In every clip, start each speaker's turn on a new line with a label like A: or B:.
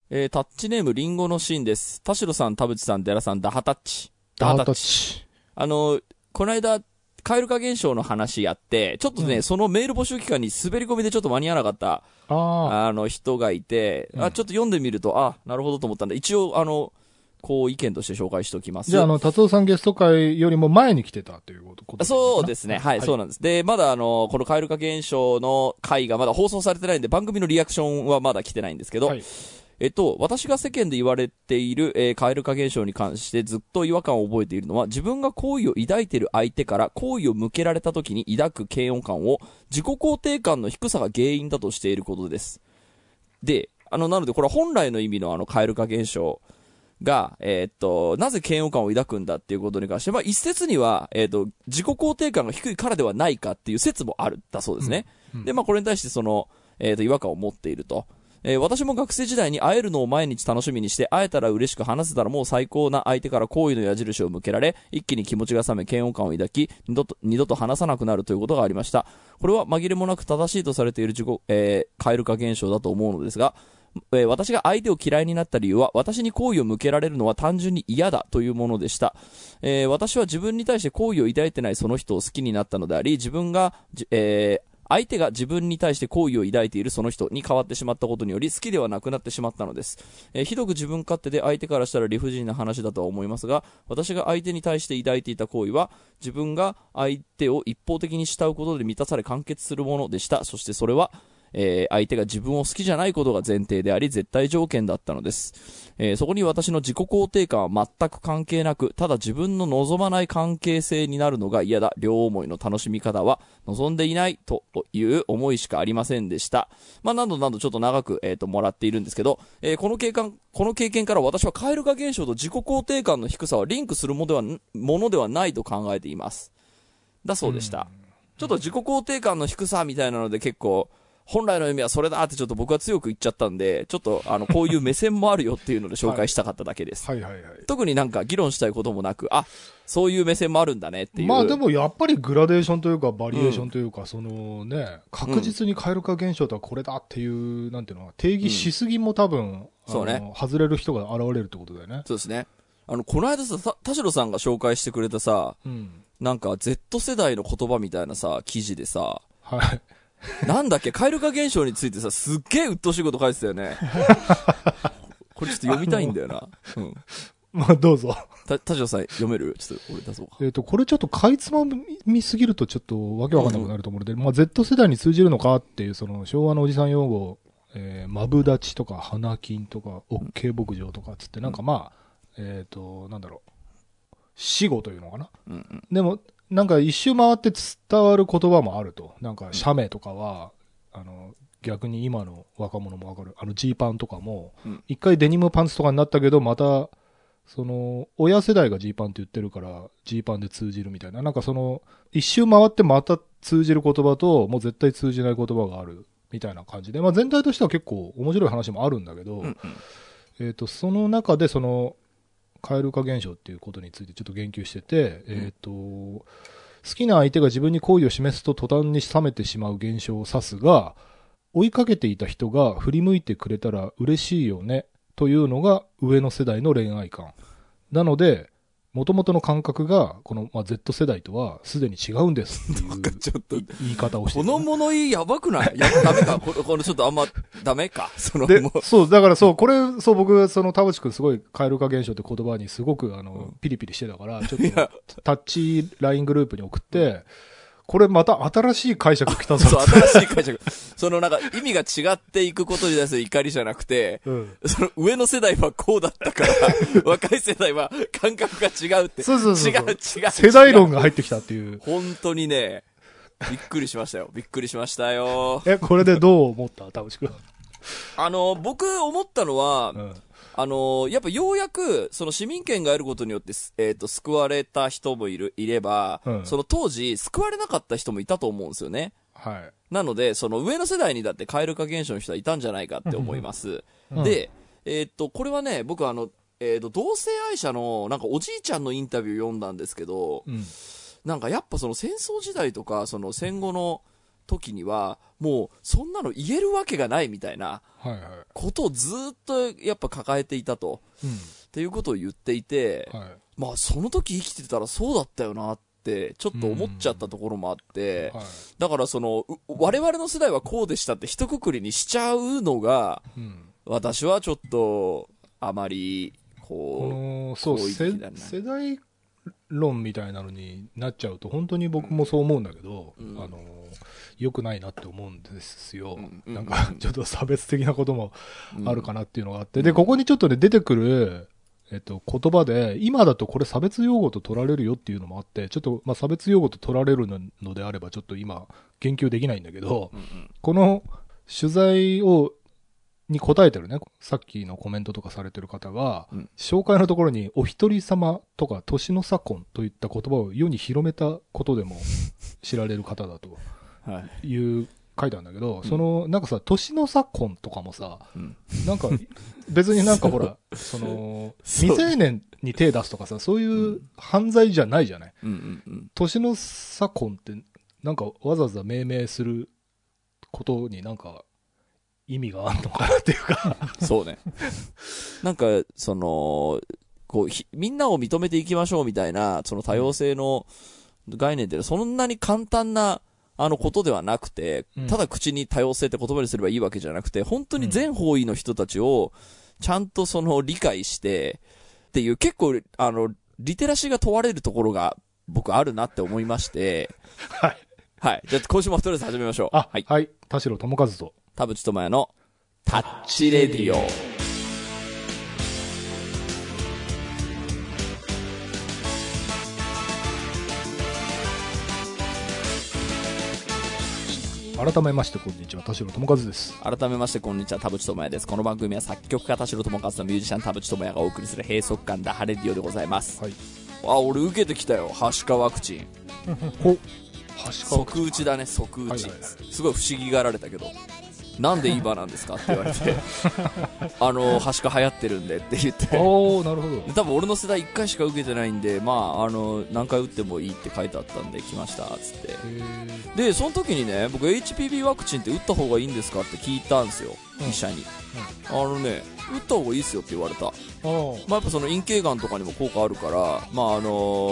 A: タッチネームリンゴのシーンです。田代さん、田淵さん、寺さん、ダハタッチ。
B: ダハタッチ。
A: この間、蛙化現象の話やって、ちょっとね、そのメール募集期間に滑り込みでちょっと間に合わなかった、人がいて、ちょっと読んでみると、なるほどと思ったんで、一応、こう意見として紹介しておきます。
B: じゃあ、達夫さんゲスト会よりも前に来てたということですか？
A: そうですね。はい、そうなんです。で、まだこの蛙化現象の回がまだ放送されてないんで、番組のリアクションはまだ来てないんですけど、私が世間で言われている、蛙化現象に関してずっと違和感を覚えているのは、自分が好意を抱いている相手から好意を向けられた時に抱く嫌悪感を自己肯定感の低さが原因だとしていることです。で、なのでこれは本来の意味の蛙化現象が、なぜ嫌悪感を抱くんだっていうことに関して、一説には、自己肯定感が低いからではないかっていう説もあるだそうですね。で、これに対して違和感を持っていると。私も学生時代に会えるのを毎日楽しみにして、会えたら嬉しく話せたらもう最高な相手から好意の矢印を向けられ、一気に気持ちが冷め嫌悪感を抱き、二度と話さなくなるということがありました。これは紛れもなく正しいとされている蛙化現象だと思うのですが、私が相手を嫌いになった理由は、私に好意を向けられるのは単純に嫌だというものでした。私は自分に対して好意を抱いてないその人を好きになったのであり、相手が自分に対して好意を抱いているその人に変わってしまったことにより好きではなくなってしまったのです。ひどく自分勝手で相手からしたら理不尽な話だとは思いますが、私が相手に対して抱いていた好意は自分が相手を一方的に慕うことで満たされ完結するものでした。そしてそれは相手が自分を好きじゃないことが前提であり絶対条件だったのです。そこに私の自己肯定感は全く関係なく、ただ自分の望まない関係性になるのが嫌だ、両思いの楽しみ方は望んでいないという思いしかありませんでした。何度ちょっと長く、もらっているんですけど、この経験から私は蛙化現象と自己肯定感の低さはリンクするものではないと考えています。だそうでした。ちょっと自己肯定感の低さみたいなので結構本来の意味はそれだってちょっと僕は強く言っちゃったんで、ちょっとこういう目線もあるよっていうので紹介したかっただけです。特に議論したいこともなく、そういう目線もあるんだねっていう。
B: でもやっぱりグラデーションというかバリエーションというか、確実に蛙化現象とはこれだっていう、なんていうの、定義しすぎも多分、外れる人が現れるってことだよね。
A: そうですね。この間さ、田代さんが紹介してくれたさ、Z 世代の言葉みたいなさ、記事でさ、なんだっけ、蛙化現象についてさ、すっげえ鬱陶しいこと書いてたよね。これちょっと読みたいんだよな。
B: どうぞ。
A: 田代さん読める？ちょっと俺出そうか。
B: これちょっとかいつまみすぎるとちょっとわけわかんなくなると思うので、Z 世代に通じるのかっていう、昭和のおじさん用語、マブダチとか花金とか、オッケー牧場とかつって、なんだろう、死語というのかな。でも、一周回って伝わる言葉もあると。写メとかは、逆に今の若者もわかる。ジーパンとかも、一回デニムパンツとかになったけど、また、親世代がジーパンって言ってるから、ジーパンで通じるみたいな。一周回ってまた通じる言葉と、もう絶対通じない言葉がある、みたいな感じで。全体としては結構面白い話もあるんだけど、その中で蛙化現象っていうことについてちょっと言及してて、好きな相手が自分に好意を示すと途端に冷めてしまう現象を指すが、追いかけていた人が振り向いてくれたら嬉しいよねというのが上の世代の恋愛観。なので、元々の感覚が、この、Z 世代とはすでに違うんですっていう
A: ちょっと
B: 言い方をしてる、
A: この物言いやばくない？ダメかこれちょっとあんまダメか
B: だから僕、田淵くんすごい蛙化現象って言葉にすごくピリピリしてたから、ちょっとタッチ LINE グループに送って、これまた新しい解釈来たぞ。
A: そう、新しい解釈。意味が違っていくことに対する怒りじゃなくて、上の世代はこうだったから、若い世代は感覚が違うって。
B: そう。
A: 違う。
B: 世代論が入ってきたっていう。
A: 本当にね、びっくりしましたよ。
B: これでどう思った田淵くん。
A: 僕思ったのは、やっぱようやく、市民権が得ることによって、救われた人もいれば、当時、救われなかった人もいたと思うんですよね。なので、上の世代にだって蛙化現象の人はいたんじゃないかって思います。で、これはね、僕同性愛者の、おじいちゃんのインタビュー読んだんですけど、やっぱ戦争時代とか、戦後の、 時には、もう、そんなの言えるわけがないみたいな、ことをずっとやっぱ抱えていたと。っていうことを言っていて、まあその時生きてたらそうだったよなってちょっと思っちゃったところもあって、だから我々の世代はこうでしたって一括りにしちゃうのが、私はちょっとあまり
B: そう世代論みたいなのになっちゃうと本当に僕もそう思うんだけど、良くないなって思うんですよ。なんかちょっと差別的なこともあるかなっていうのがあって、でここにちょっとね出てくる言葉で今だとこれ差別用語と取られるよっていうのもあって、ちょっとまあ差別用語と取られるのであればちょっと今言及できないんだけど、この取材に答えてるね、さっきのコメントとかされてる方が、紹介のところにお一人様とか年の差婚といった言葉を世に広めたことでも知られる方だという書いたんだけど、なんかさ、年の差婚とかもさ、なんか別になんかほら、未成年に手出すとかさ、そういう犯罪じゃないじゃない。年の差婚ってなんかわざわざ命名することになんか意味があるのかなっていうか
A: そうね。なんか、みんなを認めていきましょうみたいな、その多様性の概念ってそんなに簡単な、ことではなくて、ただ口に多様性って言葉にすればいいわけじゃなくて、本当に全方位の人たちを、ちゃんと理解して、っていう、結構、リテラシーが問われるところが、僕あるなって思いまして、
B: はい。
A: はい。じゃあ、今週もとりあえず始めましょう。
B: はい。はい。田代智和と。
A: 田淵智也のタッチレディオ。
B: 改めましてこんにちは、田代智和です。
A: 改めましてこんにちは、田淵智也です。この番組は作曲家田代智和とミュージシャン田淵智也がお送りする閉塞感ダハレディオでございます。はい。俺受けてきたよ、はしかワクチン。即打ちだね、即打ち、すごい不思議がられたけど、なんで今なんですかって言われてはしか流行ってるんでって言って、
B: おー、なるほど。
A: 多分俺の世代1回しか受けてないんで、まあ何回打ってもいいって書いてあったんで来ましたっつって、でその時にね、僕 HPV ワクチンって打った方がいいんですかって聞いたんですよ、医者に。打った方がいいっすよって言われた。まあやっぱ陰茎がんとかにも効果あるから、まあ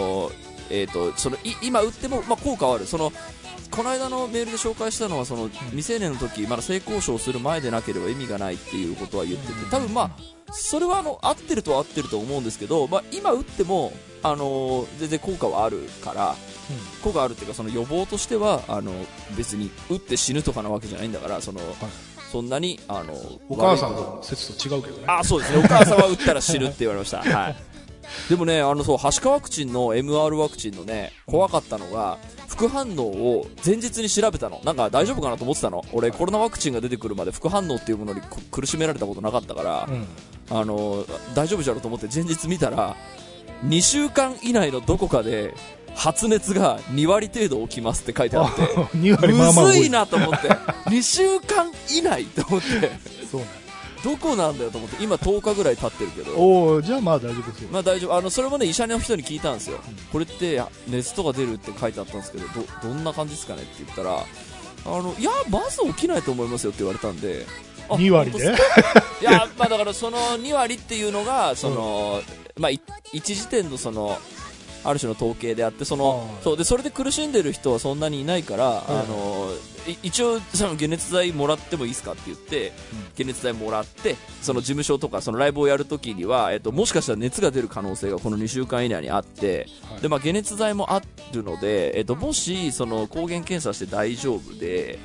A: 今打っても、まあ、効果はある。この間のメールで紹介したのは未成年の時、まだ性交渉する前でなければ意味がないっていうことは言ってて、多分まあそれは合ってるとは合ってると思うんですけど、まあ、今打っても全然効果はあるから、効果あるっていうか予防としては別に打って死ぬとかなわけじゃないんだから、そんなに
B: お母さんの説と違うけどね。
A: そうですね、お母さんは打ったら死ぬって言われました。はい。でもね、はしかワクチンの MR ワクチンのね、怖かったのが、副反応を前日に調べたの。なんか大丈夫かなと思ってたの。俺、コロナワクチンが出てくるまで副反応っていうものに苦しめられたことなかったから、大丈夫じゃろうと思って前日見たら、2週間以内のどこかで、発熱が2割程度起きますって書いてあって、
B: 2割まあまあ
A: むずいなと思って、2週間以内と思って、
B: そうね。
A: どこなんだよと思って、今10日ぐらい経ってるけど、
B: じゃあまあ大丈夫ですよ。
A: まあ大丈夫。それもね、医者の人に聞いたんですよ。これって熱とか出るって書いてあったんですけど、どんな感じですかねって言ったら、いやまず起きないと思いますよって言われたんで、
B: 2割で
A: いや、まあだから2割っていうのがまあ一時点のある種の統計であって、そうで、それで苦しんでる人はそんなにいないから、一応解熱剤もらってもいいですかって言って、解熱剤もらって、事務所とかライブをやるときには、もしかしたら熱が出る可能性がこの2週間以内にあって、で、まあ解熱剤もあるので、もし抗原検査して大丈夫で、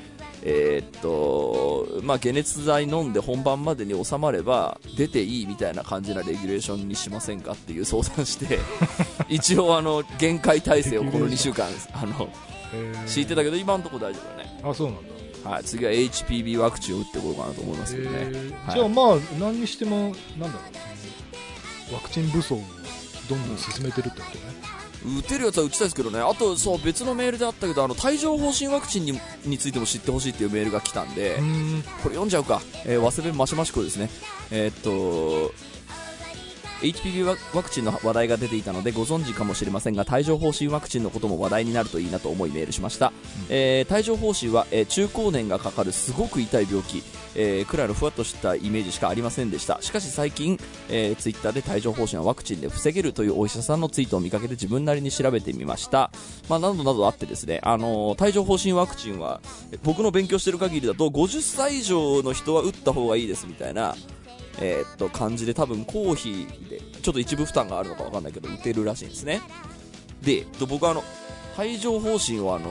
A: まあ解熱剤飲んで本番までに収まれば出ていいみたいな感じなレギュレーションにしませんかっていう相談して一応限界体制をこの2週間敷いてたけど、今のところ大丈夫だね。
B: あ、そうなんだ。
A: はい、次は HPV ワクチンを打ってこようかなと思いますけどね。
B: じゃあまあ何にしてもなんだろう、ワクチン武装をどんどん進めてるってことね。
A: 打てるやつは打ちたいですけどね。あと別のメールであったけど、帯状疱疹ワクチンについても知ってほしいっていうメールが来たんで、これ読んじゃうか。早稲弁マシマシコですね。 HPV ワクチンの話題が出ていたのでご存知かもしれませんが、帯状疱疹ワクチンのことも話題になるといいなと思いメールしました。帯状疱疹は、中高年がかかるすごく痛い病気、くらいのふわっとしたイメージしかありませんでした。しかし最近、ツイッターで帯状疱疹はワクチンで防げるというお医者さんのツイートを見かけて自分なりに調べてみました。などなどあってですね、帯状疱疹ワクチンは僕の勉強してる限りだと50歳以上の人は打った方がいいですみたいな感じで、多分公費でちょっと一部負担があるのか分かんないけど打てるらしいんですね。で、僕は帯状疱疹を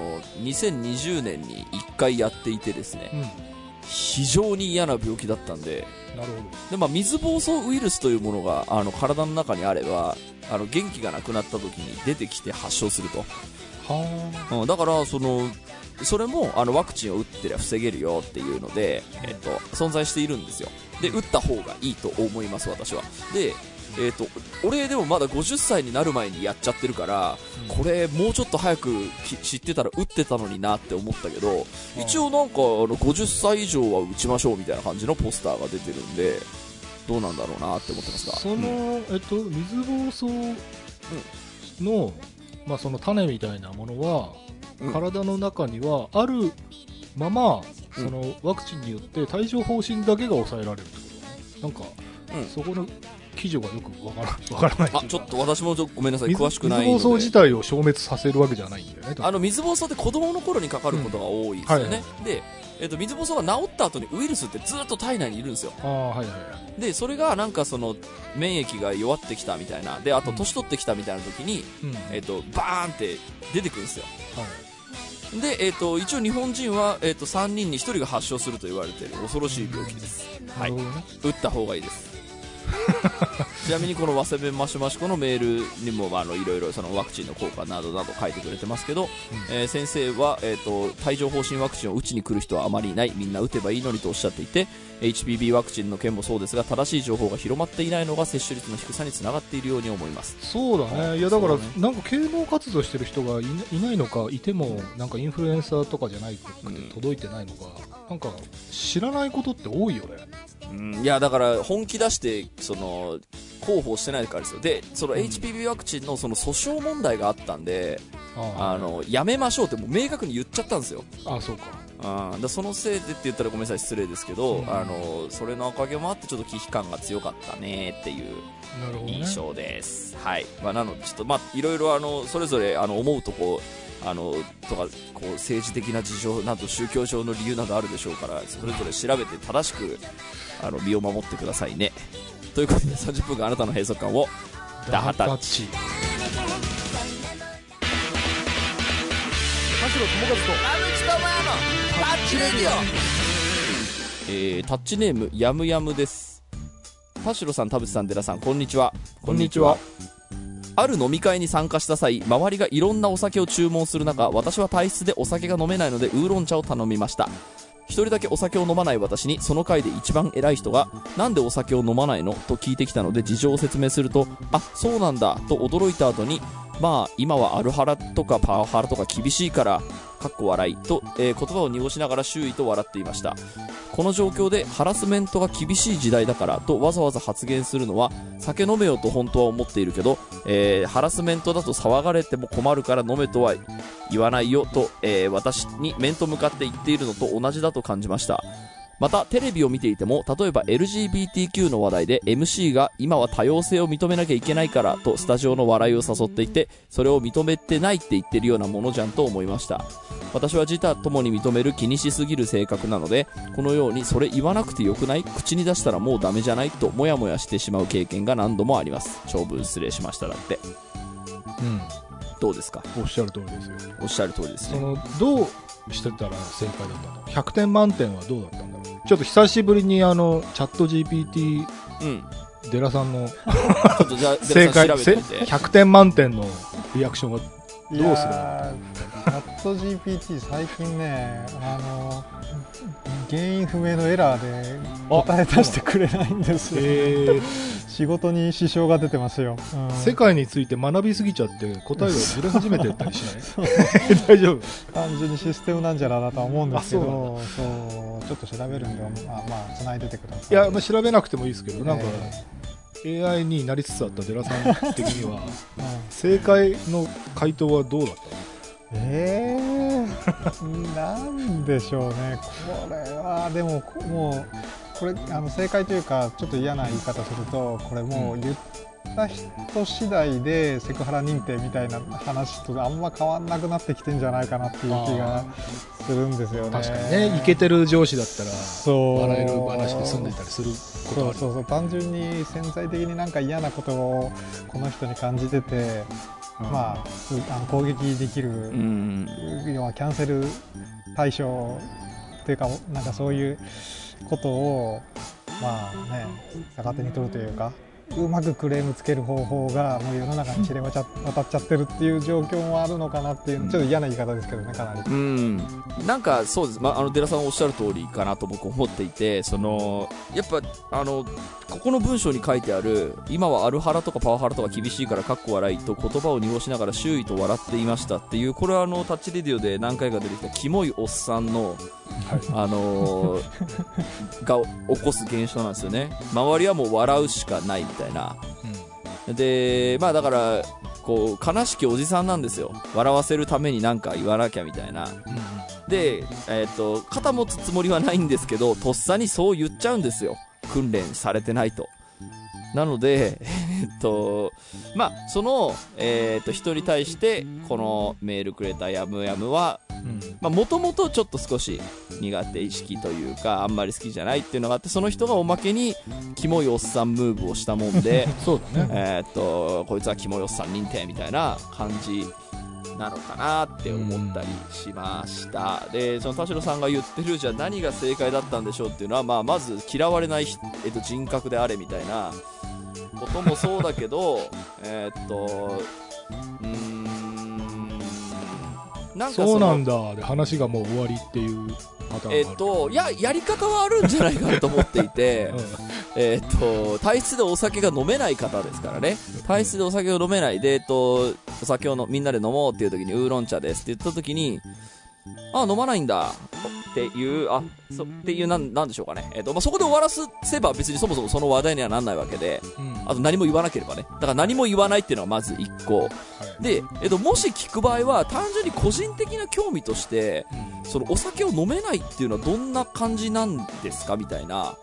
A: 2020年に1回やっていてですね、非常に嫌な病気だったんで、
B: なるほど。
A: で、水疱瘡ウイルスというものが体の中にあれば元気がなくなった時に出てきて発症すると。は、だからそれもワクチンを打ってりゃ防げるよっていうので、存在しているんですよ。で、打った方がいいと思います、私は。で、俺でもまだ50歳になる前にやっちゃってるから、これもうちょっと早く知ってたら打ってたのになって思ったけど、一応なんか50歳以上は打ちましょうみたいな感じのポスターが出てるんで、どうなんだろうなって思ってますが、
B: その、水疱瘡の、その種みたいなものは、体の中にはあるまま、そのワクチンによって帯状疱疹だけが抑えられるってことね。なんか、そこの記事がよくわからない。
A: ちょっと私もごめんなさい、詳しくないので。
B: 水疱瘡自体を消滅させるわけじゃないんだよね。
A: 水疱瘡って子供の頃にかかることが多いですよね。で、水疱瘡が治った後にウイルスってずっと体内にいるんですよ。で、それがなんか免疫が弱ってきたみたいな、で、あと年取ってきたみたいな時に、バーンって出てくるんですよ。で、一応日本人は、3人に1人が発症すると言われている恐ろしい病気です。はい。打った方がいいです。ちなみにこのわせべんマシュマシコのメールにもいろいろワクチンの効果などなど書いてくれてますけど、先生は、帯状疱疹ワクチンを打ちに来る人はあまりいない、みんな打てばいいのにとおっしゃっていて、HPV ワクチンの件もそうですが、正しい情報が広まっていないのが接種率の低さにつながっているように思います。
B: そうだね。いやだから、なんか啓蒙活動してる人がいないのか、いてもなんかインフルエンサーとかじゃないくて届いてないのか、なんか知らないことって多いよね。
A: いやだから本気出して広報してないからですよ。で、HPV ワクチンの訴訟問題があったんで、やめましょうってもう明確に言っちゃったんですよ。
B: そうか。
A: そのせいでって言ったらごめんなさい、失礼ですけど、それのおかげもあってちょっと危機感が強かったねっていう印象です。はい。なのでちょっといろいろそれぞれ思うとことか政治的な事情など宗教上の理由などあるでしょうから、それぞれ調べて正しく身を守ってくださいね。ということで30分間あなたの閉塞感をダハタッチ。田代智和と田口智也のタッチレディオ。タッチネームやむやむです。田代さん、田淵さん、寺さん、こんにちは。
B: こんにちは。
A: ある飲み会に参加した際、周りがいろんなお酒を注文する中、私は体質でお酒が飲めないのでウーロン茶を頼みました。一人だけお酒を飲まない私に、その会で一番偉い人が、なんでお酒を飲まないのと聞いてきたので事情を説明すると、そうなんだと驚いた後に、今はアルハラとかパワハラとか厳しいからかっこ笑いと、言葉を濁しながら周囲と笑っていました。この状況でハラスメントが厳しい時代だからとわざわざ発言するのは、酒飲めよと本当は思っているけど、ハラスメントだと騒がれても困るから飲めとは言わないよと、私に面と向かって言っているのと同じだと感じました。またテレビを見ていても、例えば LGBTQ の話題で MC が今は多様性を認めなきゃいけないからとスタジオの笑いを誘っていて、それを認めてないって言ってるようなものじゃんと思いました。私は自他ともに認める気にしすぎる性格なので、このようにそれ言わなくてよくない、口に出したらもうダメじゃないとモヤモヤしてしまう経験が何度もあります。長文失礼しました。だってどうですか。
B: おっしゃる通りですよ。
A: おっしゃる通りですね。
B: どうしてたら正解だったの？100点満点はどうだったんだろう。ちょっと久しぶりにチャット GPT、デラさんの正解100点満点のリアクションはどうするの？
C: チャット GPT 最近ね、原因不明のエラーで答え出してくれないんですよ。仕事に支障が出てますよ。
B: 世界について学びすぎちゃって答えがずれ始めてったりしない？大丈夫？
C: 単純にシステムなんじゃなとは思うんですけど、ちょっと調べるんで、繋いでてください。
B: いや、調べなくてもいいですけど、なんか AI になりつつあった寺さん的には、正解の回答はどうだったの？
C: なんでしょうね。これはでももうこれ正解というかちょっと嫌な言い方すると、これもう言った人次第でセクハラ認定みたいな話とあんま変わんなくなってきてんじゃないかなっていう気がするんですよね。
B: 確かにね、イケてる上司だったら
C: 笑
B: える話で済んでたりすることある。
C: そう単純に潜在的になんか嫌なことをこの人に感じてて、まあ攻撃できる、要はキャンセル対象というか、なんかそういうことをまあね逆手に取るというか、うまくクレームつける方法がもう世の中に知れ渡っちゃってるっていう状況もあるのかなっていう、ちょっと嫌な言い方ですけどね、かなり。
A: なんかそうです、寺さんおっしゃる通りかなと僕思っていて、やっぱここの文章に書いてある、今はアルハラとかパワハラとか厳しいからかっこ笑いと言葉を濁しながら周囲と笑っていましたっていう、これはタッチレディオで何回か出てきたキモいおっさんのが起こす現象なんですよね。周りはもう笑うしかないみたいな、でだからこう悲しきおじさんなんですよ。笑わせるために何か言わなきゃみたいな、で、肩持つつもりはないんですけど、とっさにそう言っちゃうんですよ、訓練されてないと。なのでその人に対してこのメールくれたやむやむはもともとちょっと少し苦手意識というかあんまり好きじゃないっていうのがあって、その人がおまけにキモいおっさんムーブをしたもんで
B: そうだね、
A: こいつはキモいおっさん認定みたいな感じなのかなって思ったりしました。でその田代さんが言ってるじゃあ何が正解だったんでしょうっていうのは、まず嫌われない、人格であれみたいなこともそうだけど
B: なんかそうなんだで話がもう終わりっていうパターンがある。
A: やり方はあるんじゃないかなと思っていて体質でお酒が飲めない方ですからね。体質でお酒を飲めないで、お酒をみんなで飲もうっていう時にウーロン茶ですって言った時に、飲まないんだっていうっていうなんでしょうかね。そこで終わらせば別にそもそもその話題にはなんないわけで、あと何も言わなければね。だから何も言わないっていうのはまず1個、で、もし聞く場合は単純に個人的な興味として、そのお酒を飲めないっていうのはどんな感じなんですかみたいな、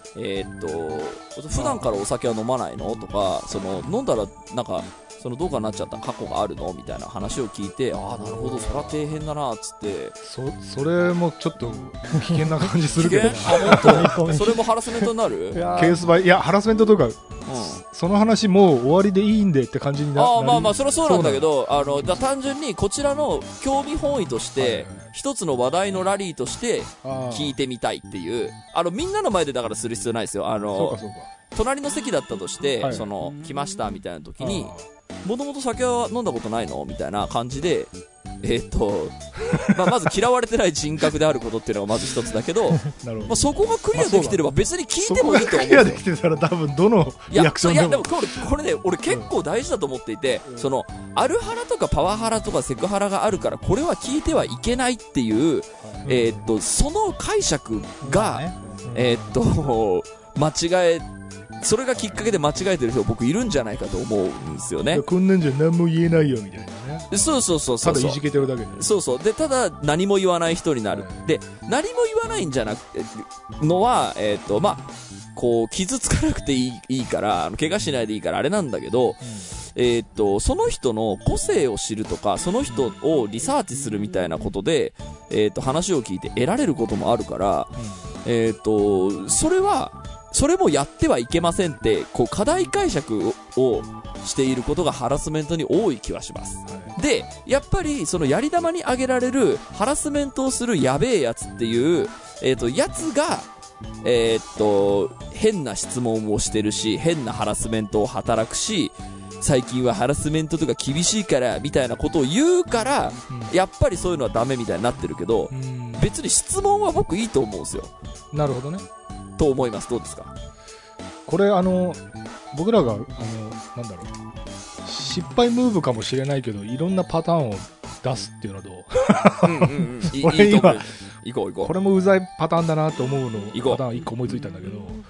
A: 普段からお酒は飲まないのとか、飲んだらなんかどうかなっちゃった過去があるのみたいな話を聞いて、なるほど、それは底辺だなっつって、
B: それもちょっと危険な感じするけどな
A: それもハラスメントになる
B: ケースバイ、ハラスメントとか、その話もう終わりでいいんでって感じになる。
A: それはそうなんだけど、単純にこちらの興味本位として、一つの話題のラリーとして聞いてみたいっていう、みんなの前でだからする必要ないですよ。隣の席だったとして、来ましたみたいな時に、もともと酒は飲んだことないのみたいな感じで、まず嫌われてない人格であることっていうのがまず一つだけどそこがクリアできてれば別に聞いてもいいと思うんですよ。
B: クリアできてたら多分どのリアクションでも。
A: でもこれね、俺結構大事だと思っていて、アルハラとかパワハラとかセクハラがあるからこれは聞いてはいけないっていう、その解釈が、それがきっかけで間違えてる人僕いるんじゃないかと思うんですよね。
B: こんなんじゃ何も言えないよみたいなね。
A: そう
B: ただいじけてるだけで。
A: でただ何も言わない人になる。で何も言わないんじゃなくてのはこう傷つかなくていいから怪我しないでいいからあれなんだけど、その人の個性を知るとかその人をリサーチするみたいなことで話を聞いて得られることもあるから、それもやってはいけませんってこう過大解釈をしていることがハラスメントに多い気はします。でやっぱりそのやり玉に挙げられるハラスメントをするやべえやつっていうやつが変な質問をしてるし変なハラスメントを働くし最近はハラスメントとか厳しいからみたいなことを言うから、やっぱりそういうのはダメみたいになってるけど、別に質問は僕いいと思うんですよ。
B: なるほどね
A: と思います。どうですか
B: これ僕らが失敗ムーブかもしれないけどいろんなパターンを出すっていうのはどうこれ今これもうざいパターンだなと思うのパターン1個思いついたんだけど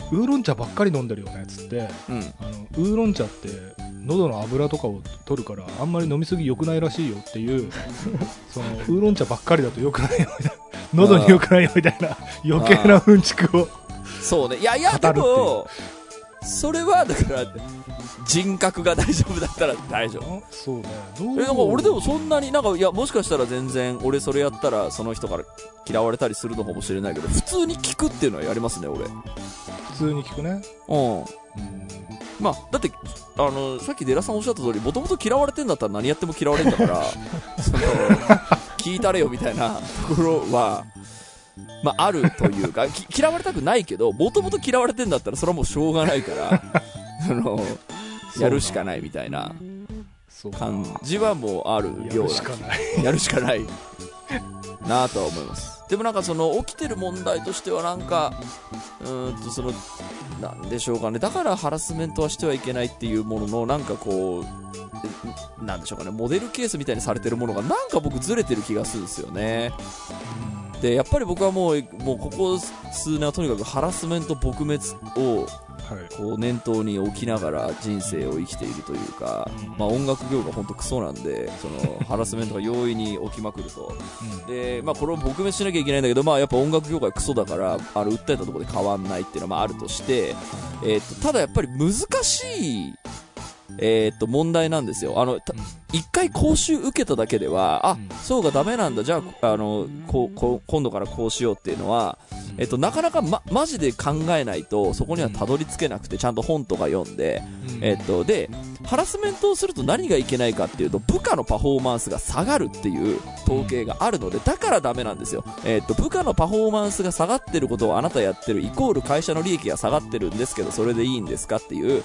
B: ウーロン茶ばっかり飲んでるよねっつって、ウーロン茶って喉の油とかを取るからあんまり飲みすぎ良くないらしいよっていうそのウーロン茶ばっかりだと良くないよみたいな、喉に良くないよみたいな余計なうんちくを
A: そうね。いやでもそれはだから人格が大丈夫だったら大丈夫。
B: そうね。
A: なんか俺でもそんなになんか、いやもしかしたら全然俺それやったらその人から嫌われたりするのかもしれないけど、普通に聞くっていうのはやりますね俺。
B: 普通に聞くね。
A: まあだってさっきデラさんおっしゃった通り、もともと嫌われてんだったら何やっても嫌われるんだからその聞いたれよみたいなところはまああるというか嫌われたくないけど、もともと嫌われてんだったらそれはもうしょうがないからやるしかないみたいな感じはもうあるような。やるしかないなとは思います。でもなんかその起きてる問題としてはなんかそのなんでしょうかね、だからハラスメントはしてはいけないっていうもののなんかこうなんでしょうかね、モデルケースみたいにされてるものがなんか僕ずれてる気がするんですよね。でやっぱり僕はもうここ数年はとにかくハラスメント撲滅をこう念頭に置きながら人生を生きているというか、まあ音楽業が本当クソなんで、そのハラスメントが容易に起きまくると、でまあこれを撲滅しなきゃいけないんだけど、まあやっぱ音楽業界クソだから訴えたところで変わんないっていうのはまああるとして、ただやっぱり難しい問題なんですよ。一回講習受けただけでは、そうがダメなんだ、じゃあ、今度からこうしようっていうのは、なかなかマジで考えないとそこにはたどり着けなくて、ちゃんと本とか読んで、でハラスメントをすると何がいけないかっていうと、部下のパフォーマンスが下がるっていう統計があるので、だからダメなんですよ。部下のパフォーマンスが下がってることをあなたやってるイコール会社の利益が下がってるんですけど、それでいいんですかっていう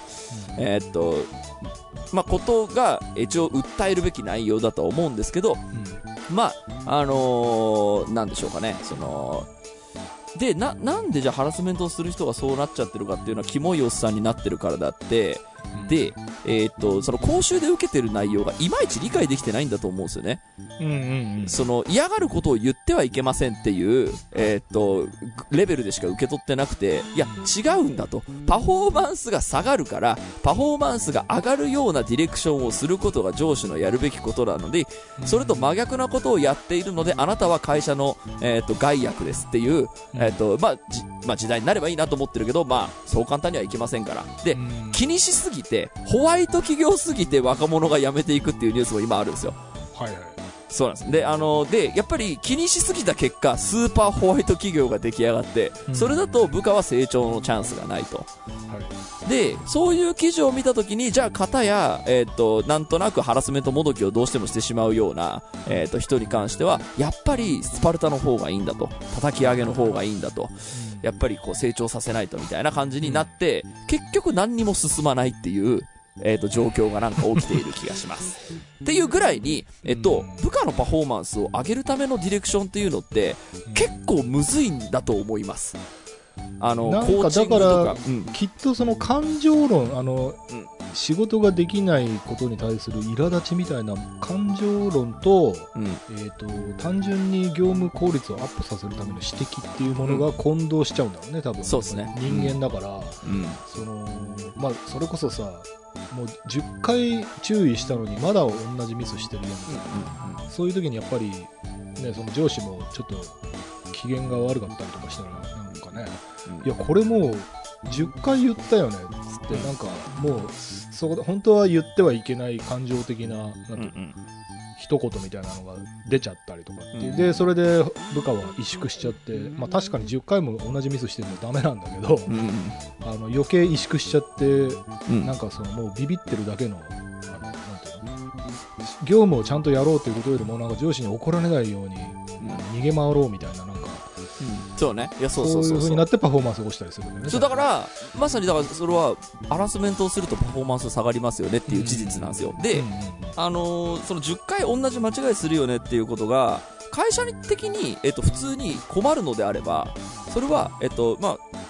A: まあ、ことが一応訴えるべき内容だとは思うんですけど、まあなんでしょうかね、でなんでじゃあハラスメントをする人がそうなっちゃってるかっていうのは、キモいおっさんになってるからだって、でその講習で受けてる内容がいまいち理解できてないんだと思うんですよね。その嫌がることを言ってはいけませんっていうレベルでしか受け取ってなくて、いや違うんだと、パフォーマンスが下がるからパフォーマンスが上がるようなディレクションをすることが上司のやるべきことなので、それと真逆なことをやっているので、あなたは会社の害悪ですっていうまあ時代になればいいなと思ってるけど、まあそう簡単にはいきませんから。で気にしすぎて、ホワイト企業すぎて若者が辞めていくっていうニュースも今あるんですよ。そうなんです。でやっぱり気にしすぎた結果、スーパーホワイト企業が出来上がって、それだと部下は成長のチャンスがないと。でそういう記事を見たときに、じゃあ片やなんとなくハラスメントもどきをどうしてもしてしまうような人に関しては、やっぱりスパルタの方がいいんだと、叩き上げの方がいいんだと、やっぱりこう成長させないとみたいな感じになって、結局何にも進まないっていう状況がなんか起きている気がしますっていうぐらいに、部下のパフォーマンスを上げるためのディレクションっていうのって結構むずいんだと思います。
B: なんかだから、きっとその感情論、仕事ができないことに対する苛立ちみたいな感情論と、単純に業務効率をアップさせるための指摘っていうものが混同しちゃうんだろうね、多分。
A: そうですね。
B: 人間だから、まあそれこそさ、もう10回注意したのにまだ同じミスしてるやんみたいな、そういう時にやっぱりね、その上司もちょっと機嫌が悪かったりとかしたら、なんかね、いやこれもう10回言ったよねつって、なんかもうそこで本当は言ってはいけない感情的な、一言みたいなのが出ちゃったりとかって、でそれで部下は萎縮しちゃって、まあ確かに10回も同じミスしてるのダメなんだけど、余計萎縮しちゃって、なんかそのもうビビってるだけの、なんていうの、業務をちゃんとやろうということよりも、なんか上司に怒られないように、逃げ回ろうみたいな、なんか
A: そうね。いや、そう
B: いう風になってパフォーマンスを落ちたりするんだよね。
A: そうだからまさにだからそれはハラスメントをするとパフォーマンス下がりますよねっていう事実なんですよ。で、その10回同じ間違いするよねっていうことが会社的に普通に困るのであれば、それはまあ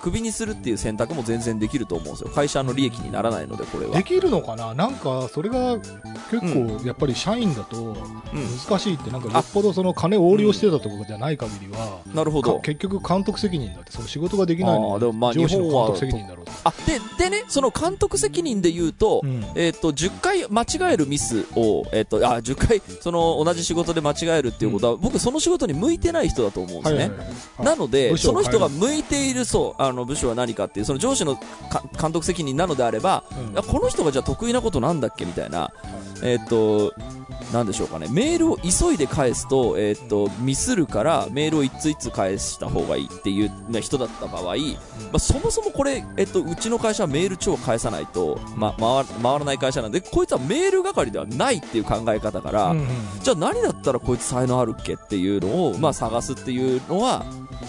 A: クビにするっていう選択も全然できると思うんですよ。会社の利益にならないので、これは。
B: できるのかな。なんかそれが結構やっぱり社員だと難しいって、なんかよっぽどその金を横領してたところじゃない限りは、
A: なるほど。
B: 結局監督責任だって、その仕事ができないのは上司の監督責任だろうと。
A: でね、その監督責任で言うと、10回間違えるミスを、10回その同じ仕事で間違えるっていうことは、僕その仕事に向いてない人だと思うんですね。なので、その人が向いている、部署は何かっていう、その上司の監督責任なのであれば、この人がじゃあ得意なことなんだっけみたいな、なんでしょうかね、メールを急いで返すと、ミスるからメールを一通一通返した方がいいっていう人だった場合、そもそもこれ、うちの会社はメール超返さないと、回らない会社なんで、こいつはメール係ではないっていう考え方から、じゃあ何だったらこいつ才能あるっけっていうのを、探すっていうのは、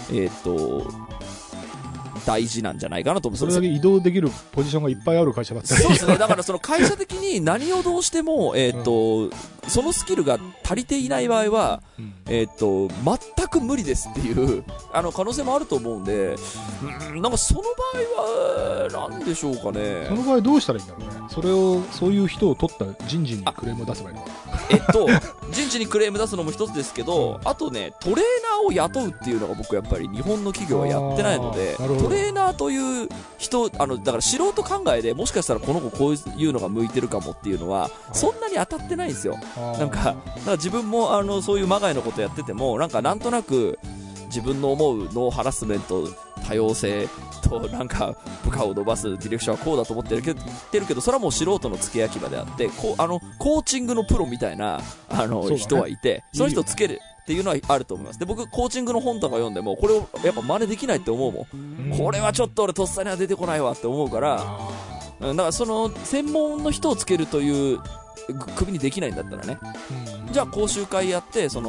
A: 大事なんじゃないかなと思う。
B: それだけ移動できるポジションがいっぱいある会社だったり。
A: そうですね。だからその会社的に何をどうしても、そのスキルが足りていない場合は、全く無理ですっていう可能性もあると思うんで、なんかその場合は何でしょうかね。
B: その場合どうしたらいいんだろうね。そういう人を取った人事にクレームを出せばいいのかな。
A: 人事にクレーム出すのも一つですけど、あとね、トレーナーを雇うっていうのが僕やっぱり日本の企業はやってないので、トレーナーという人、だから素人考えでもしかしたらこの子こういうのが向いてるかもっていうのはそんなに当たってないんですよ。なんか自分もそういうまがいのことやってても、なんとなく自分の思うノーハラスメント、多様性となんか部下を伸ばすディレクションはこうだと思ってるけど、それはもう素人の付け焼き場であって、コーチングのプロみたいな人はいて、その人をつけるっていうのはあると思います。で、僕コーチングの本とか読んでもこれをやっぱ真似できないって思うもん。これはちょっと俺とっさには出てこないわって思うから、だからその専門の人をつけるという首にできないんだったらね、じゃあ講習会やってコ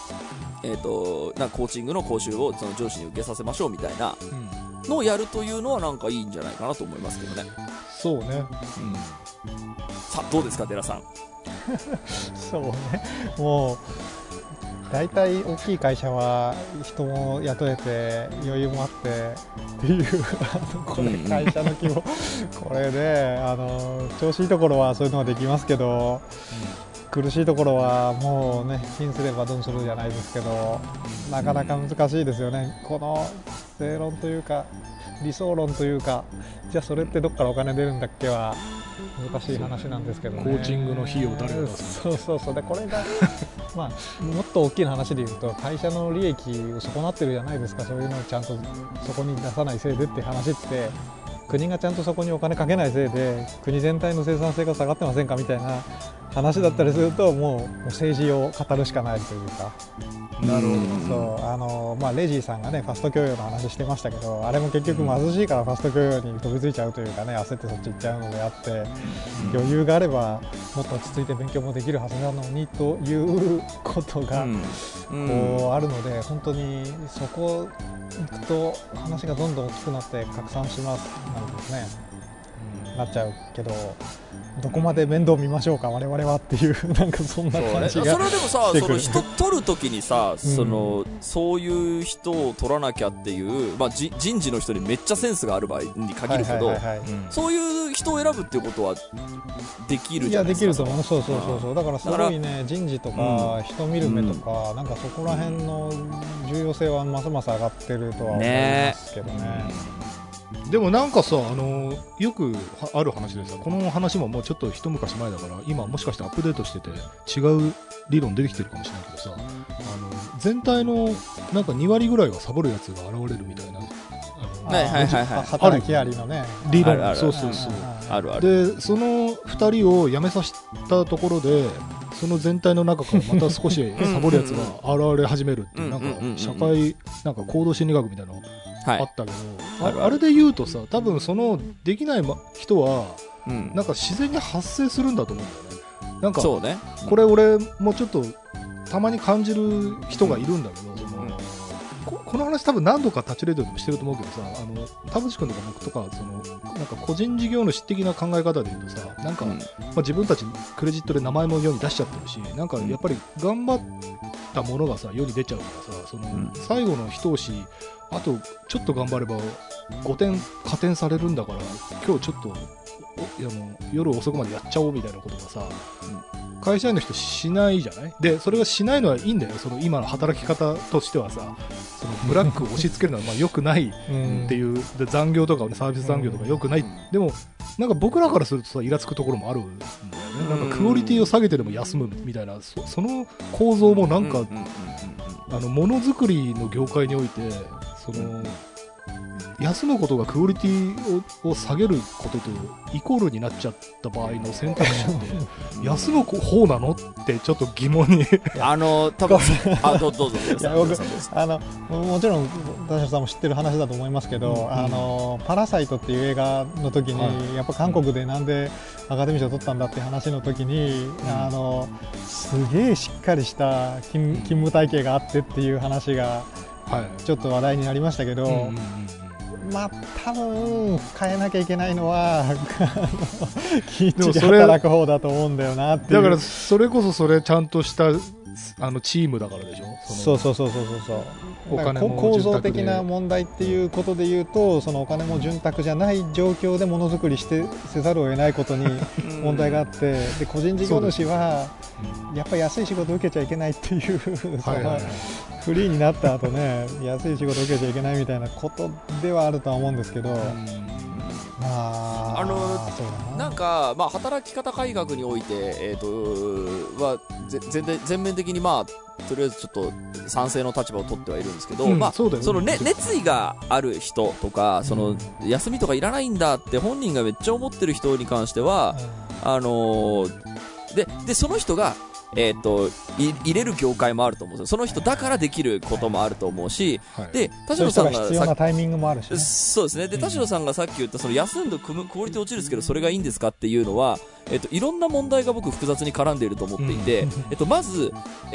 A: ーチングの講習をその上司に受けさせましょうみたいなのをやるというのはなんかいいんじゃないかなと思いますけどね。
B: そうね。
A: さあどうですか寺さん。
C: そうね。もう大体大きい会社は人も雇えて余裕もあってっていうこれ会社の規模これで調子いいところはそういうのができますけど、苦しいところはもうね、チンすればドンするじゃないですけど、なかなか難しいですよね。この正論というか理想論というか、じゃあそれってどっからお金出るんだっけは難しい話なんですけどね。
B: コーチングの費用誰が出すの？
C: そうでこれがもっと大きな話で言うと、会社の利益を損なってるじゃないですか。そういうのをちゃんとそこに出さないせいでって話って、国がちゃんとそこにお金かけないせいで国全体の生産性が下がってませんかみたいな話だったりすると、もう政治を語るしかないというか。
B: なるほ
C: ど。そうレジーさんがねファスト供与の話してましたけど、あれも結局貧しいからファスト供与に飛びついちゃうというかね、焦ってそっち行っちゃうのであって、余裕があればもっと落ち着いて勉強もできるはずなのにということがこうあるので、本当にそこ行くと話がどんどん大きくなって拡散しますなんですね、なっちゃうけど、どこまで面倒見ましょうか我々はっていう、なんかそんな感じがしてくる。
A: それはでもさ、その人取るときにさ、そういう人を取らなきゃっていう、人事の人にめっちゃセンスがある場合に限るけど、そういう人を選ぶっていうことはできるじゃないですか。
C: いやできると思う。そうだからすごいね、人事とか人見る目とか、なんかそこら辺の重要性はますます上がってるとは思いますけどね。
B: でもなんかさ、よくある話でさ、この話ももうちょっと一昔前だから、今もしかしてアップデートしてて違う理論出てきてるかもしれないけどさ、全体のなんか2割ぐらいがサボるやつが現れるみたいな、
C: 働きありのね
B: 理論。そう
A: あるある。
B: でその2人を辞めさせたところで、その全体の中からまた少しサボるやつが現れ始めるっていう、なんか社会なんか行動心理学みたいなのあったけど、あれで言うとさ、多分そのできない人はなんか自然に発生するんだと思うんだよね。なんか
A: そうね、
B: これ俺もちょっとたまに感じる人がいるんだけど、この話多分何度かタッチレディオでもしてると思うけどさ、田淵君とか僕とかなんか個人事業主的な考え方で言うとさ、なんか、自分たちクレジットで名前も世に出しちゃってるし、なんかやっぱり頑張ったものがさ世に出ちゃうからさ、その最後の一押しあとちょっと頑張れば5点加点されるんだから今日ちょっと夜遅くまでやっちゃおうみたいなことがさ、会社員の人しないじゃない。でそれがしないのはいいんだよ。その今の働き方としてはさ、そのブラックを押し付けるのはまあ良くないっていう、で残業とか、ね、サービス残業とか良くない、でもなんか僕らからするとさイラつくところもあるんだよね。なんかクオリティを下げてでも休むみたいな、その構造もなんか、ものづくりの業界においてその休むことがクオリティを下げることとイコールになっちゃった場合の選択肢って休む方なのってちょっと疑問に
A: 多分どうぞ
C: いや僕もちろん田代さんも知ってる話だと思いますけど、パラサイトっていう映画の時に、やっぱ韓国でなんでアカデミー賞を取ったんだっていう話の時に、すげえしっかりした勤務体系があってっていう話がちょっと話題になりましたけど、まあ多分変えなきゃいけないのはきっちり働く方だと思うんだよなっていう。
B: だからそれこそそれちゃんとしたチームだからでしょ。
C: そう構造的な問題っていうことで言うと、そのお金も潤沢じゃない状況でものづくりせざるを得ないことに問題があってで個人事業主はやっぱり安い仕事を受けちゃいけないっていうフリーになった後ね、安い仕事を受けちゃいけないみたいなことではあるとは思うんですけど、
A: なんか、まあ、働き方改革において、は全面的に、まあ、とりあえずちょっと賛成の立場を取ってはいるんですけど、熱意がある人とか、その休みとかいらないんだって本人がめっちゃ思ってる人に関しては、でその人が入れる業界もあると思うんですよ。その人だからできることもあると思うし、で田代さんが
C: 必要なタイミングもあるし、ね、
A: そうですね。で田代さんがさっき言ったその休んでクオリティ落ちるんですけどそれがいいんですかっていうのは、いろんな問題が僕複雑に絡んでいると思っていて、まず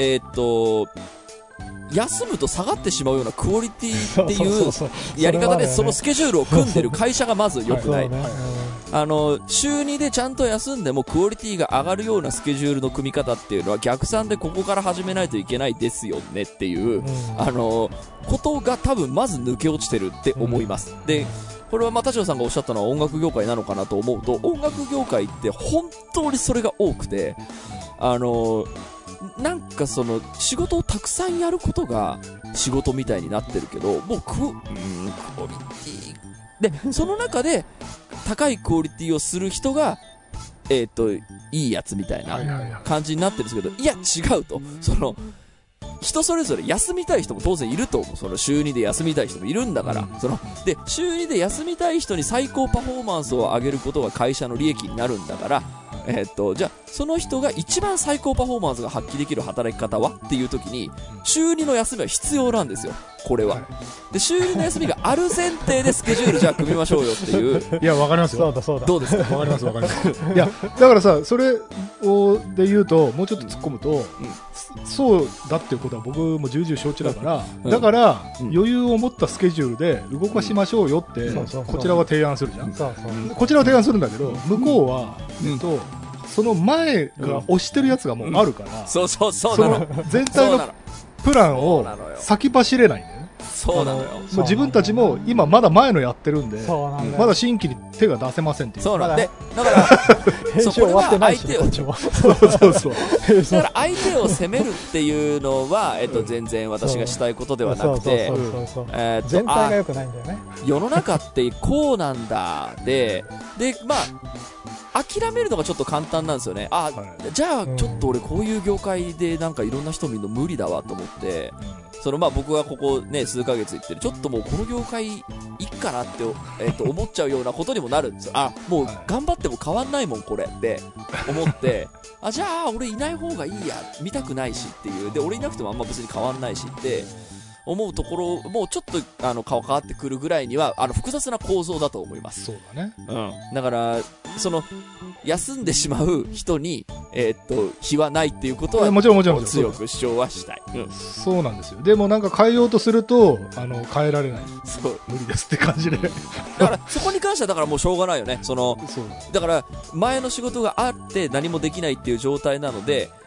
A: 休むと下がってしまうようなクオリティっていうやり方でそのスケジュールを組んでる会社がまず良くない。週2でちゃんと休んでもクオリティが上がるようなスケジュールの組み方っていうのは逆算でここから始めないといけないですよねっていう、ことが多分まず抜け落ちてるって思います。でこれは田代さんがおっしゃったのは音楽業界なのかなと思うと、音楽業界って本当にそれが多くて、なんかその仕事をたくさんやることが仕事みたいになってるけど、もうクオリティでその中で高いクオリティをする人がいいやつみたいな感じになってるんですけど、いや違うと、その人それぞれ休みたい人も当然いると思う。その週2で休みたい人もいるんだから、で週2で休みたい人に最高パフォーマンスを上げることが会社の利益になるんだから、じゃあその人が一番最高パフォーマンスが発揮できる働き方はっていう時に週2の休みは必要なんですよ。これはで週2の休みがある前提でスケジュールじゃあ組みましょうよっていう。
B: いやわかりますよ。
A: どうですか。
B: わかりますいやだからさ、それをで言うともうちょっと突っ込むと、そうだっていうことは僕も重々承知だから、だから余裕を持ったスケジュールで動かしましょうよってこちらは提案するじゃん。こちらは提案するんだけど、向こうはその前が押してるやつがもうあるから、
A: そう
B: その全体のプランを先走れないんだよね。
A: そうなのよ。
B: もう自分たちも今まだ前のやってるんで、まだ新規に手が出せませんっていう。
A: そうなんで、だから
C: 編集終わってないし、こっちも。
B: そう
A: だから相手を責めるっていうのは全然私がしたいことではなくて、
C: 全体が良くないんだよね。
A: 世の中ってこうなんだでまあ諦めるのがちょっと簡単なんですよね。じゃあちょっと俺こういう業界でなんかいろんな人見るの無理だわと思って、まあ僕はここね数ヶ月行ってる、ちょっともうこの業界いっかなって、思っちゃうようなことにもなるんですよ。もう頑張っても変わんないもんこれって思ってじゃあ俺いない方がいいや、見たくないしっていうで、俺いなくてもあんま別に変わんないしって思うところもうちょっと変わってくるぐらいには複雑な構造だと思います。
B: そうだね。
A: だから休んでしまう人に非はないっていうことは
B: もちろん
A: 強く主張はしたい。
B: そうなんですよ。でもなんか変えようとすると変えられない。そう無理ですって感じで。だ
A: からそこに関してはだからもうしょうがないよね。だから前の仕事があって何もできないっていう状態なので、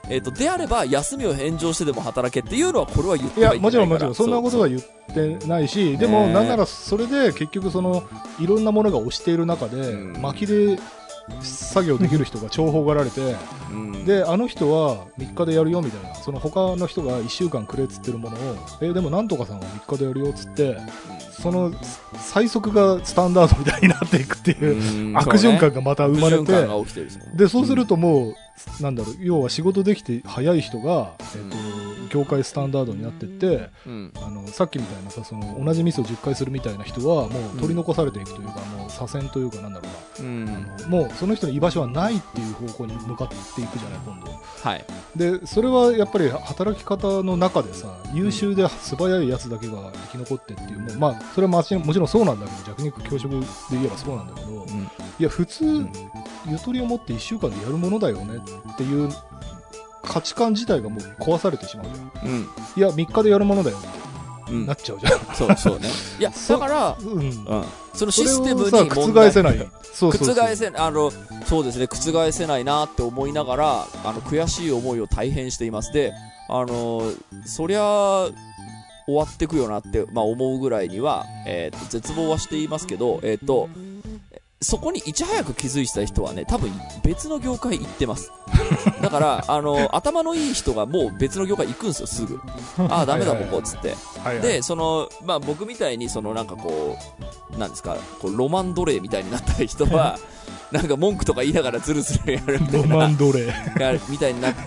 A: であれば休みを返上してでも働けっていうのはこれは言ってはいけないから。
B: いやもちろんそんなことは言ってないし、でもなんならそれで結局そのいろんなものが押している中で、巻きで作業できる人が重宝がられて、であの人は3日でやるよみたいな、その他の人が1週間くれっつってるものをでもなんとかさんは3日でやるよっつって、その最速がスタンダードみたいになっていくっていう悪循環がまた生まれて、でそうするともうなんだろう、要は仕事できて早い人が業界スタンダードになっていって、さっきみたいなさ、その同じミスを10回するみたいな人はもう取り残されていくというか、もう左遷というかなんだろうな、もうその人の居場所はないっていう方向に向かっていくじゃない今度。
A: はい。で
B: それはやっぱり働き方の中でさ、優秀で素早いやつだけが生き残ってっていう、もうまあそれはもちろんそうなんだけど、弱肉強食で言えばそうなんだけど、いや普通、ゆとりを持って1週間でやるものだよねっていう価値観自体がもう壊されてしまうじゃん。いや3日でやるものだよってなっちゃうじゃん。
A: そうね。いやだからそのシステムに
B: 覆せない。
A: そうですね、覆せないなって思いながら悔しい思いを大変しています。でそりゃ終わってくよなって、思うぐらいには、絶望はしていますけど、そこにいち早く気づいた人はね、多分別の業界行ってます。だから頭のいい人がもう別の業界行くんですよ、すぐ。ああダメだここっつって。で僕みたいになんかこうなんですか、こうロマン奴隷みたいになった人はなんか文句とか言いながらズルズルやるみたいな
B: ロマン奴隷
A: みたいになって、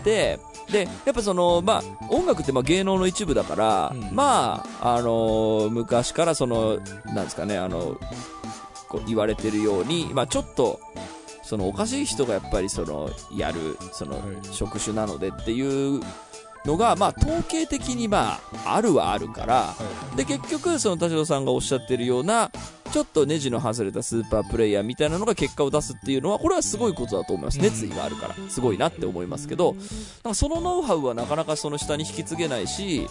A: でやっぱ音楽って芸能の一部だから、昔からなんですかね、こう言われてるように、ちょっとおかしい人がやっぱりやる職種なのでっていうのが統計的にあるはあるから、で結局田代さんがおっしゃってるようなちょっとネジの外れたスーパープレイヤーみたいなのが結果を出すっていうのは、これはすごいことだと思います。熱意があるからすごいなって思いますけど、そのノウハウはなかなかその下に引き継げないし、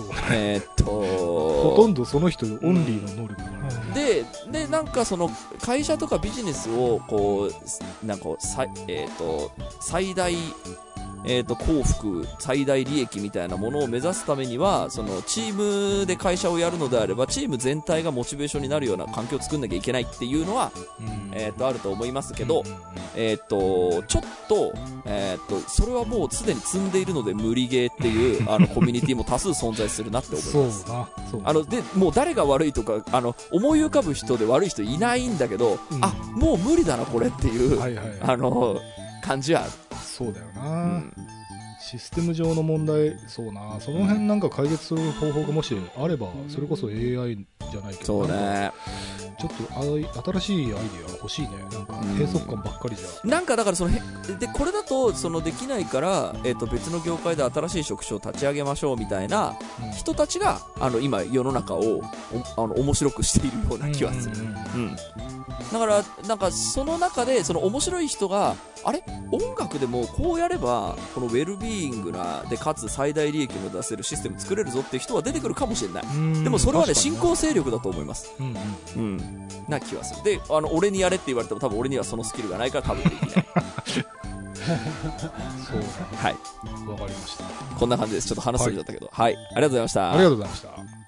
B: ほとんどその人オンリーの能力だから、
A: でなんか会社とかビジネスをこうなんか最大幸福最大利益みたいなものを目指すためには、チームで会社をやるのであればチーム全体がモチベーションになるような環境を作んなきゃいけないっていうのは、あると思いますけど、ちょっと、それはもうすでに積んでいるので無理ゲーっていうコミュニティも多数存在するなって思います。でもう誰が悪いとか思い浮かぶ人で悪い人いないんだけど、もう無理だなこれっていう、感じはある。
B: そうだよな、システム上の問題、そうな、その辺なんか解決する方法がもしあれば、それこそ AI じゃないけど、
A: そうね、
B: ちょっと新しいアイディア欲しいね。なんか閉塞感ばっかりじゃ、
A: なんかだからでこれだとできないから、別の業界で新しい職種を立ち上げましょうみたいな人たちが今世の中を面白くしているような気はする。だからなんかその中で面白い人が、あれ音楽でもこうやればこのウェルビーイングなでかつ最大利益を出せるシステム作れるぞっていう人は出てくるかもしれない。でもそれはね、新興勢力だと思います。な気はする。で俺にやれって言われても多分俺にはそのスキルがないから多分できない。そうはい、
B: わかりました。
A: こんな感じです。ちょっと話しすぎちゃったけど、はい、ありがとうございました。
B: ありがとうございました。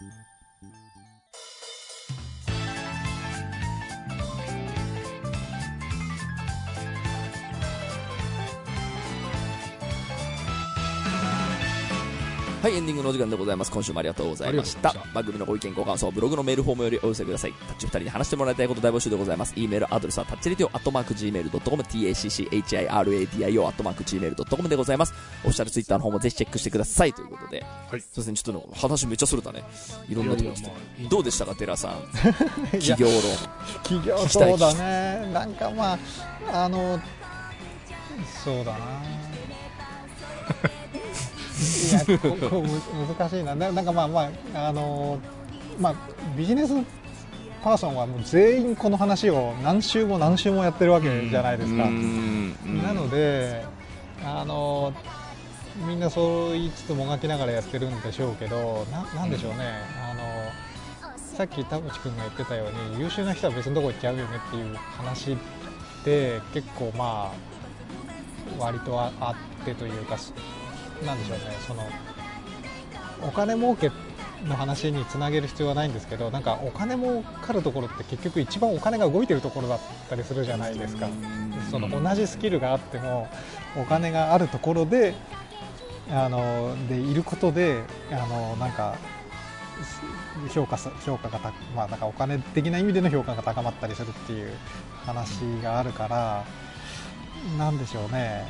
A: はい、エンディングのお時間でございます。今週もありがとうございました。番組のご意見ご感想、ブログのメールフォームよりお寄せください。タッチ2人に話してもらいたいこと大募集でございます。 E メールアドレスはタッチレディオ@gmail.com tacchiradio@gmail.com でございます。オフィシャルツイッターの方もぜひチェックしてくださいということで、はい、そうですね、ちょっと話めっちゃそれたね。いろんなところ来て、どうでしたか寺さん。企業論。
C: 企業そうだね。なんかそうだな。いや難しいな。なんかビジネスパーソンはもう全員この話を何週も何週もやってるわけじゃないですか。なのでみんなそう言いつつもがきながらやってるんでしょうけど、なんでしょうね。さっき田淵君が言ってたように優秀な人は別のとこ行っちゃうよねっていう話って結構割とあってというか、 なんでしょうね、そのお金儲けの話につなげる必要はないんですけど、なんかお金儲かるところって結局一番お金が動いてるところだったりするじゃないですか。その同じスキルがあってもお金があるところででいることでなんか評価がまあなんかお金的な意味での評価が高まったりするっていう話があるから、なんでしょうね、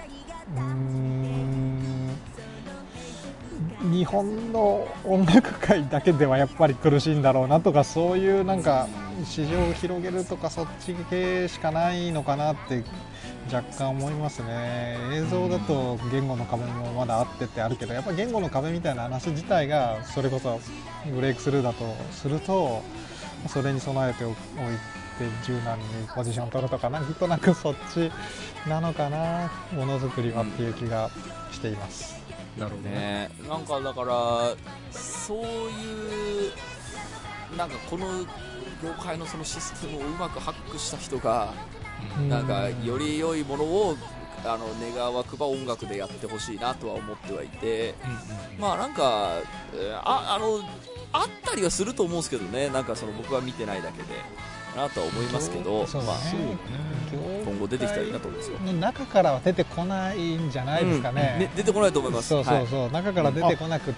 C: 日本の音楽界だけではやっぱり苦しいんだろうなとか、そういうなんか市場を広げるとかそっち系しかないのかなって若干思いますね。映像だと言語の壁もまだあってってあるけど、やっぱ言語の壁みたいな話自体がそれこそブレイクスルーだとすると、それに備えておいて柔軟にポジション取るとか、なんとなくそっちなのかな、ものづくりはっていう気がしています。
B: なるほどね。
A: なんかだからそういうなんかこの業界のそのシステムをうまくハックした人がなんかより良いものを願わくば音楽でやってほしいなとは思ってはいて、まあなんかあったりはすると思うんですけどね、なんかその僕は見てないだけでなとは思いますけど、まあ今後出てきたらいいなと思うんですよ。
C: 中からは出てこないんじゃないですかね。
A: 出てこないと思います。
C: そう、中から出てこなくって、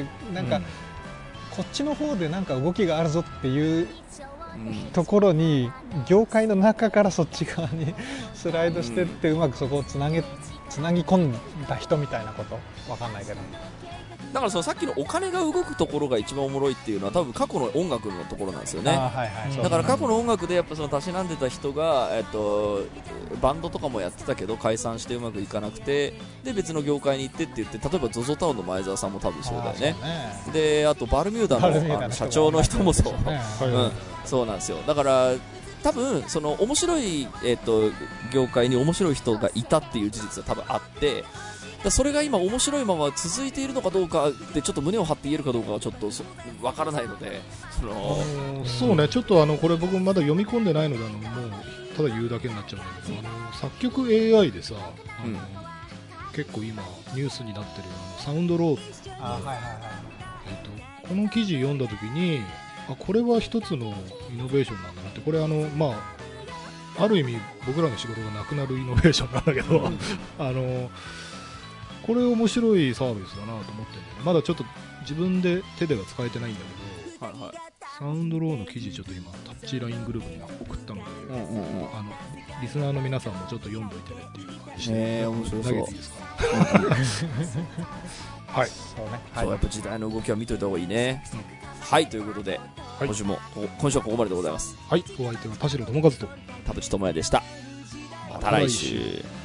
C: なんかこっちの方でなんか動きがあるぞっていうところに業界の中からそっち側にスライドしてってうまくそこをつなぎ込んだ人みたいなこと、わかんないけど、
A: だからそのさっきのお金が動くところが一番おもろいっていうのは多分過去の音楽のところなんですよね。だから過去の音楽でやっぱそのたしなんでた人が、バンドとかもやってたけど解散してうまくいかなくて、で別の業界に行ってって言って、例えば ZOZO タウンの前澤さんも多分そうだよね。であとバルミューダの社長の人もそう、そうなんですよ。だから多分その面白い、業界に面白い人がいたっていう事実は多分あって、それが今面白いまま続いているのかどうかでちょっと胸を張って言えるかどうかはちょっとわからないので、
B: そうね、ちょっとこれ僕まだ読み込んでないのでもうただ言うだけになっちゃうんだけど、作曲 AI でさ、結構今ニュースになってるサウンドローこの記事読んだ時にこれは一つのイノベーションなんだなって。これまあある意味僕らの仕事がなくなるイノベーションなんだけどこれ面白いサービスだなと思ってるんだよね。まだちょっと自分で手では使えてないんだけど、サウンドローの記事ちょっと今タッチライングループに送ったので、リスナーの皆さんもちょっと読んどいてねっていう感じで
A: 面白そう。
B: 投げていいですかはい、
A: そうやっぱ時代の動きは見といた方がいいね。はい、ということで、今週はここまででございます。
B: はい、お相手は田代智和と
A: 田淵智也でした。また来週。